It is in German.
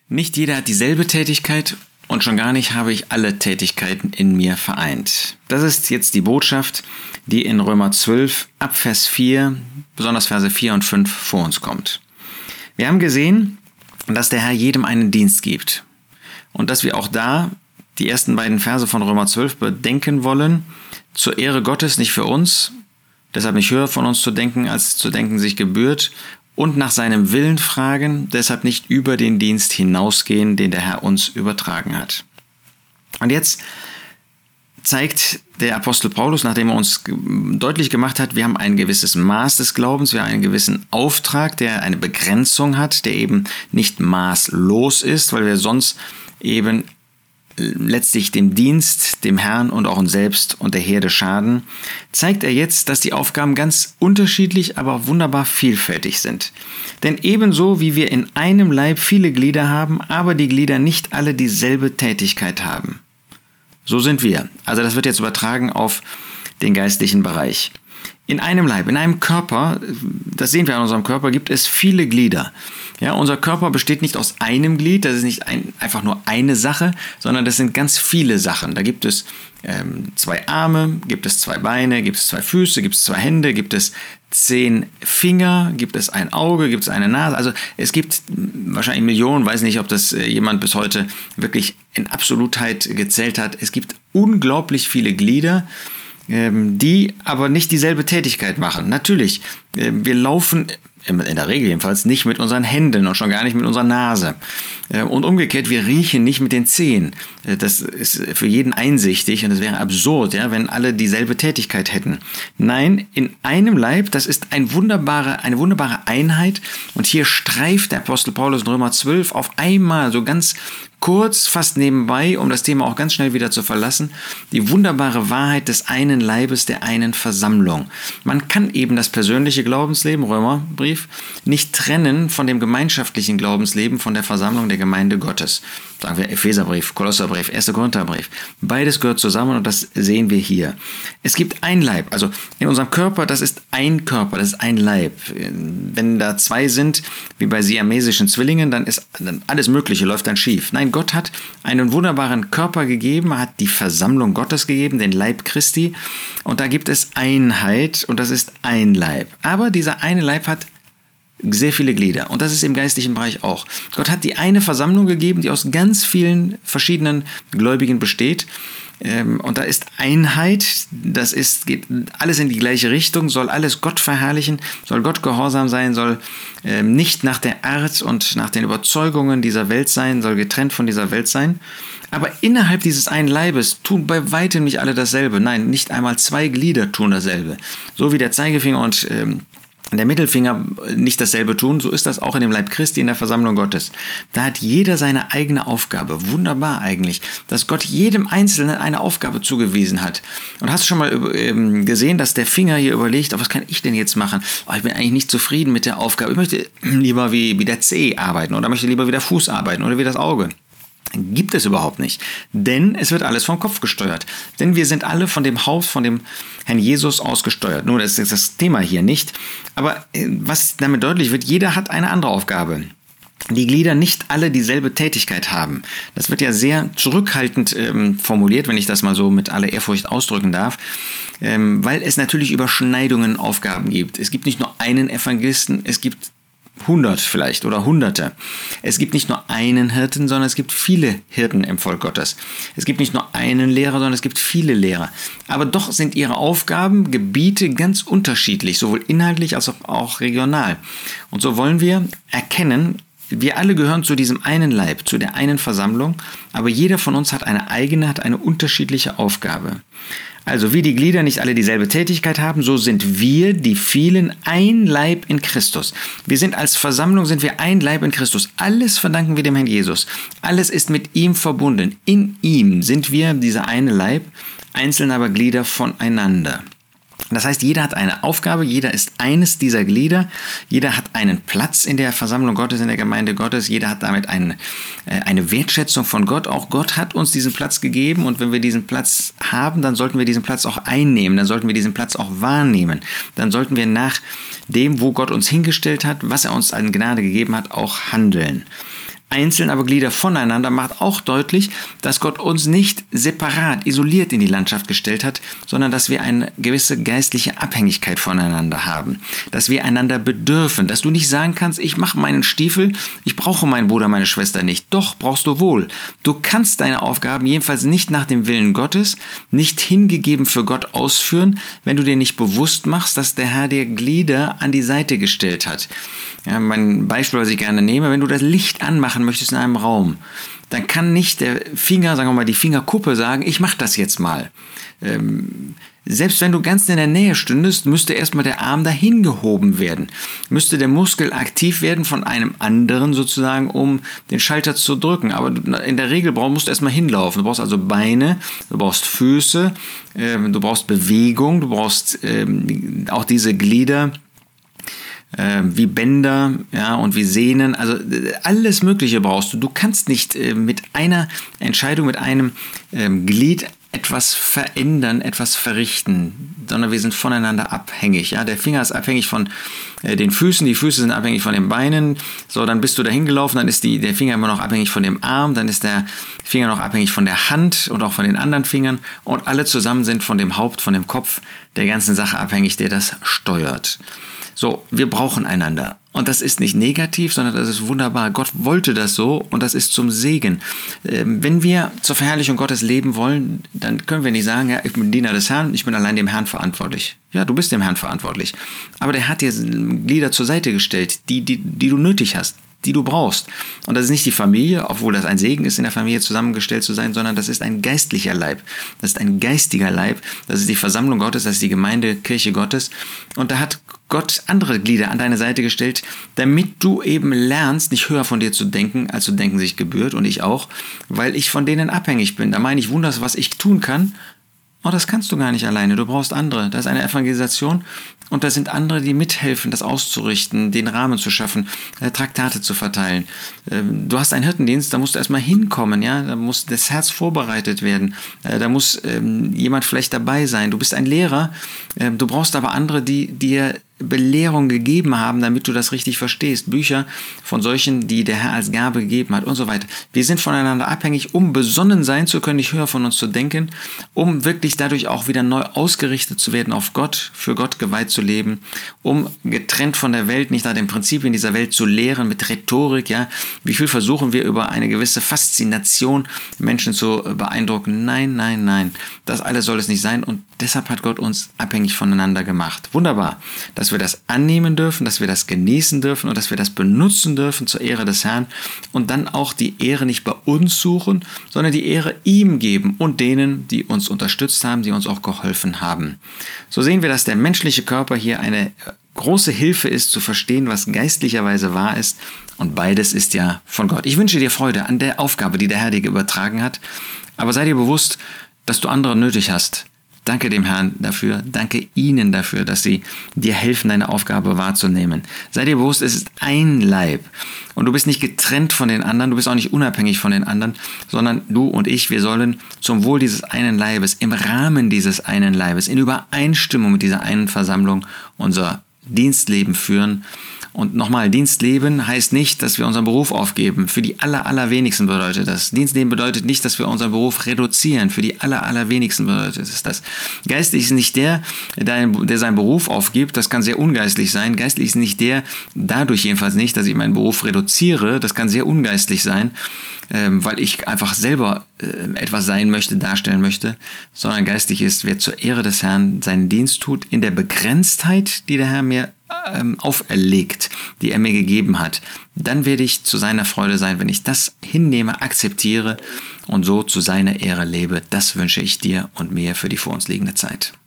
Nicht jeder hat dieselbe Tätigkeit und schon gar nicht habe ich alle Tätigkeiten in mir vereint. Das ist jetzt die Botschaft, die in Römer 12 ab Vers 4, besonders Verse 4 und 5 vor uns kommt. Wir haben gesehen, dass der Herr jedem einen Dienst gibt und dass wir auch da die ersten beiden Verse von Römer 12 bedenken wollen, zur Ehre Gottes, nicht für uns, deshalb nicht höher von uns zu denken, als zu denken sich gebührt, und nach seinem Willen fragen, deshalb nicht über den Dienst hinausgehen, den der Herr uns übertragen hat. Und jetzt zeigt der Apostel Paulus, nachdem er uns deutlich gemacht hat, wir haben ein gewisses Maß des Glaubens, wir haben einen gewissen Auftrag, der eine Begrenzung hat, der eben nicht maßlos ist, weil wir sonst eben letztlich dem Dienst, dem Herrn und auch uns selbst und der Herde schaden, zeigt er jetzt, dass die Aufgaben ganz unterschiedlich, aber wunderbar vielfältig sind. Denn ebenso wie wir in einem Leib viele Glieder haben, aber die Glieder nicht alle dieselbe Tätigkeit haben. So sind wir. Also das wird jetzt übertragen auf den geistlichen Bereich. In einem Leib, in einem Körper, das sehen wir an unserem Körper, gibt es viele Glieder. Ja, unser Körper besteht nicht aus einem Glied, das ist nicht einfach nur eine Sache, sondern das sind ganz viele Sachen. Da gibt es 2 Arme, gibt es 2 Beine, gibt es 2 Füße, gibt es 2 Hände, gibt es 10 Finger, gibt es ein Auge, gibt es eine Nase. Also es gibt wahrscheinlich Millionen, weiß nicht, ob das jemand bis heute wirklich in Absolutheit gezählt hat. Es gibt unglaublich viele Glieder, die aber nicht dieselbe Tätigkeit machen. Natürlich, wir laufen in der Regel jedenfalls nicht mit unseren Händen und schon gar nicht mit unserer Nase. Und umgekehrt, wir riechen nicht mit den Zehen. Das ist für jeden einsichtig und es wäre absurd, ja, wenn alle dieselbe Tätigkeit hätten. Nein, in einem Leib, das ist eine wunderbare Einheit. Und hier streift der Apostel Paulus in Römer 12 auf einmal so ganz kurz, fast nebenbei, um das Thema auch ganz schnell wieder zu verlassen, die wunderbare Wahrheit des einen Leibes, der einen Versammlung. Man kann eben das persönliche Glaubensleben, Römerbrief, nicht trennen von dem gemeinschaftlichen Glaubensleben, von der Versammlung der Gemeinde Gottes. Sagen wir Epheserbrief, Kolosserbrief, 1. Korintherbrief. Beides gehört zusammen und das sehen wir hier. Es gibt ein Leib, also in unserem Körper, das ist ein Körper, das ist ein Leib. Wenn da 2 sind, wie bei siamesischen Zwillingen, dann ist alles Mögliche, läuft dann schief. Nein, Gott hat einen wunderbaren Körper gegeben, hat die Versammlung Gottes gegeben, den Leib Christi. Und da gibt es Einheit und das ist ein Leib. Aber dieser eine Leib hat sehr viele Glieder. Und das ist im geistlichen Bereich auch. Gott hat die eine Versammlung gegeben, die aus ganz vielen verschiedenen Gläubigen besteht. Und da ist Einheit, geht alles in die gleiche Richtung, soll alles Gott verherrlichen, soll Gott gehorsam sein, soll nicht nach der Art und nach den Überzeugungen dieser Welt sein, soll getrennt von dieser Welt sein. Aber innerhalb dieses einen Leibes tun bei weitem nicht alle dasselbe. Nein, nicht einmal 2 Glieder tun dasselbe. So wie der Zeigefinger und der Mittelfinger nicht dasselbe tun, so ist das auch in dem Leib Christi, in der Versammlung Gottes. Da hat jeder seine eigene Aufgabe. Wunderbar eigentlich, dass Gott jedem Einzelnen eine Aufgabe zugewiesen hat. Und hast du schon mal gesehen, dass der Finger hier überlegt, was kann ich denn jetzt machen? Ich bin eigentlich nicht zufrieden mit der Aufgabe. Ich möchte lieber wie der Zeh arbeiten oder möchte lieber wie der Fuß arbeiten oder wie das Auge. Gibt es überhaupt nicht. Denn es wird alles vom Kopf gesteuert. Denn wir sind alle von dem Haus, von dem Herrn Jesus ausgesteuert. Nur das ist das Thema hier nicht. Aber was damit deutlich wird, jeder hat eine andere Aufgabe. Die Glieder nicht alle dieselbe Tätigkeit haben. Das wird ja sehr zurückhaltend formuliert, wenn ich das mal so mit aller Ehrfurcht ausdrücken darf, weil es natürlich Überschneidungen, Aufgaben gibt. Es gibt nicht nur einen Evangelisten, es gibt 100 vielleicht oder Hunderte. Es gibt nicht nur einen Hirten, sondern es gibt viele Hirten im Volk Gottes. Es gibt nicht nur einen Lehrer, sondern es gibt viele Lehrer. Aber doch sind ihre Aufgaben, Gebiete ganz unterschiedlich, sowohl inhaltlich als auch regional. Und so wollen wir erkennen, wir alle gehören zu diesem einen Leib, zu der einen Versammlung, aber jeder von uns hat eine unterschiedliche Aufgabe. Also wie die Glieder nicht alle dieselbe Tätigkeit haben, so sind wir, die vielen, ein Leib in Christus. Wir sind als Versammlung, sind wir ein Leib in Christus. Alles verdanken wir dem Herrn Jesus. Alles ist mit ihm verbunden. In ihm sind wir dieser eine Leib, einzeln aber Glieder voneinander. Das heißt, jeder hat eine Aufgabe, jeder ist eines dieser Glieder, jeder hat einen Platz in der Versammlung Gottes, in der Gemeinde Gottes, jeder hat damit eine Wertschätzung von Gott. Auch Gott hat uns diesen Platz gegeben und wenn wir diesen Platz haben, dann sollten wir diesen Platz auch einnehmen, dann sollten wir diesen Platz auch wahrnehmen. Dann sollten wir nach dem, wo Gott uns hingestellt hat, was er uns an Gnade gegeben hat, auch handeln. einzeln, aber Glieder voneinander, macht auch deutlich, dass Gott uns nicht separat, isoliert in die Landschaft gestellt hat, sondern dass wir eine gewisse geistliche Abhängigkeit voneinander haben, dass wir einander bedürfen, dass du nicht sagen kannst, ich mache meinen Stiefel, ich brauche meinen Bruder, meine Schwester nicht. Doch, brauchst du wohl. Du kannst deine Aufgaben jedenfalls nicht nach dem Willen Gottes, nicht hingegeben für Gott ausführen, wenn du dir nicht bewusst machst, dass der Herr dir Glieder an die Seite gestellt hat. Ja, mein Beispiel, was ich gerne nehme, wenn du das Licht anmachen möchtest in einem Raum, dann kann nicht der Finger, sagen wir mal die Fingerkuppe sagen, ich mache das jetzt mal. Selbst wenn du ganz in der Nähe stündest, müsste erstmal der Arm dahin gehoben werden. Müsste der Muskel aktiv werden von einem anderen sozusagen, um den Schalter zu drücken. Aber in der Regel musst du erstmal hinlaufen. Du brauchst also Beine, du brauchst Füße, du brauchst Bewegung, du brauchst auch diese Glieder, wie Bänder, ja, und wie Sehnen, also alles Mögliche brauchst du. Du kannst nicht mit einer Entscheidung, mit einem Glied etwas verändern, etwas verrichten, sondern wir sind voneinander abhängig. Ja? Der Finger ist abhängig von den Füßen, die Füße sind abhängig von den Beinen. So, dann bist du dahin gelaufen, dann ist der Finger immer noch abhängig von dem Arm, dann ist der Finger noch abhängig von der Hand und auch von den anderen Fingern und alle zusammen sind von dem Haupt, von dem Kopf der ganzen Sache abhängig, der das steuert. So, wir brauchen einander. Und das ist nicht negativ, sondern das ist wunderbar. Gott wollte das so und das ist zum Segen. Wenn wir zur Verherrlichung Gottes leben wollen, dann können wir nicht sagen, ja, ich bin Diener des Herrn, ich bin allein dem Herrn verantwortlich. Ja, du bist dem Herrn verantwortlich. Aber der hat dir Glieder zur Seite gestellt, die du nötig hast, die du brauchst. Und das ist nicht die Familie, obwohl das ein Segen ist, in der Familie zusammengestellt zu sein, sondern das ist ein geistlicher Leib. Das ist ein geistiger Leib. Das ist die Versammlung Gottes, das ist die Gemeinde, Kirche Gottes. Und da hat Gott andere Glieder an deine Seite gestellt, damit du eben lernst, nicht höher von dir zu denken, als zu denken sich gebührt, und ich auch, weil ich von denen abhängig bin. Da meine ich, wunders, was ich tun kann. Oh, das kannst du gar nicht alleine, du brauchst andere. Das ist eine Evangelisation und da sind andere, die mithelfen, das auszurichten, den Rahmen zu schaffen, Traktate zu verteilen. Du hast einen Hirtendienst, da musst du erstmal hinkommen, ja, da muss das Herz vorbereitet werden, da muss jemand vielleicht dabei sein. Du bist ein Lehrer, du brauchst aber andere, die dir Belehrung gegeben haben, damit du das richtig verstehst. Bücher von solchen, die der Herr als Gabe gegeben hat und so weiter. Wir sind voneinander abhängig, um besonnen sein zu können, nicht höher von uns zu denken, um wirklich dadurch auch wieder neu ausgerichtet zu werden auf Gott, für Gott geweiht zu leben, um getrennt von der Welt, nicht nach den Prinzipien dieser Welt zu lehren, mit Rhetorik, ja. Wie viel versuchen wir über eine gewisse Faszination Menschen zu beeindrucken? Nein, nein, nein. Das alles soll es nicht sein und deshalb hat Gott uns abhängig voneinander gemacht. Wunderbar, dass wir das annehmen dürfen, dass wir das genießen dürfen und dass wir das benutzen dürfen zur Ehre des Herrn und dann auch die Ehre nicht bei uns suchen, sondern die Ehre ihm geben und denen, die uns unterstützt haben, die uns auch geholfen haben. So sehen wir, dass der menschliche Körper hier eine große Hilfe ist, zu verstehen, was geistlicherweise wahr ist. Und beides ist ja von Gott. Ich wünsche dir Freude an der Aufgabe, die der Herr dir übertragen hat. Aber sei dir bewusst, dass du andere nötig hast. Danke dem Herrn dafür, danke ihnen dafür, dass sie dir helfen, deine Aufgabe wahrzunehmen. Sei dir bewusst, es ist ein Leib und du bist nicht getrennt von den anderen, du bist auch nicht unabhängig von den anderen, sondern du und ich, wir sollen zum Wohl dieses einen Leibes, im Rahmen dieses einen Leibes, in Übereinstimmung mit dieser einen Versammlung unser Dienstleben führen. Und nochmal, Dienstleben heißt nicht, dass wir unseren Beruf aufgeben. Für die allerwenigsten bedeutet das. Dienstleben bedeutet nicht, dass wir unseren Beruf reduzieren. Für die allerwenigsten bedeutet es das. Geistlich ist nicht der seinen Beruf aufgibt. Das kann sehr ungeistlich sein. Geistlich ist nicht dadurch jedenfalls nicht, dass ich meinen Beruf reduziere. Das kann sehr ungeistlich sein, weil ich einfach selber etwas sein möchte, darstellen möchte. Sondern geistlich ist, wer zur Ehre des Herrn seinen Dienst tut, in der Begrenztheit, die der Herr mir auferlegt, die er mir gegeben hat, dann werde ich zu seiner Freude sein, wenn ich das hinnehme, akzeptiere und so zu seiner Ehre lebe. Das wünsche ich dir und mir für die vor uns liegende Zeit.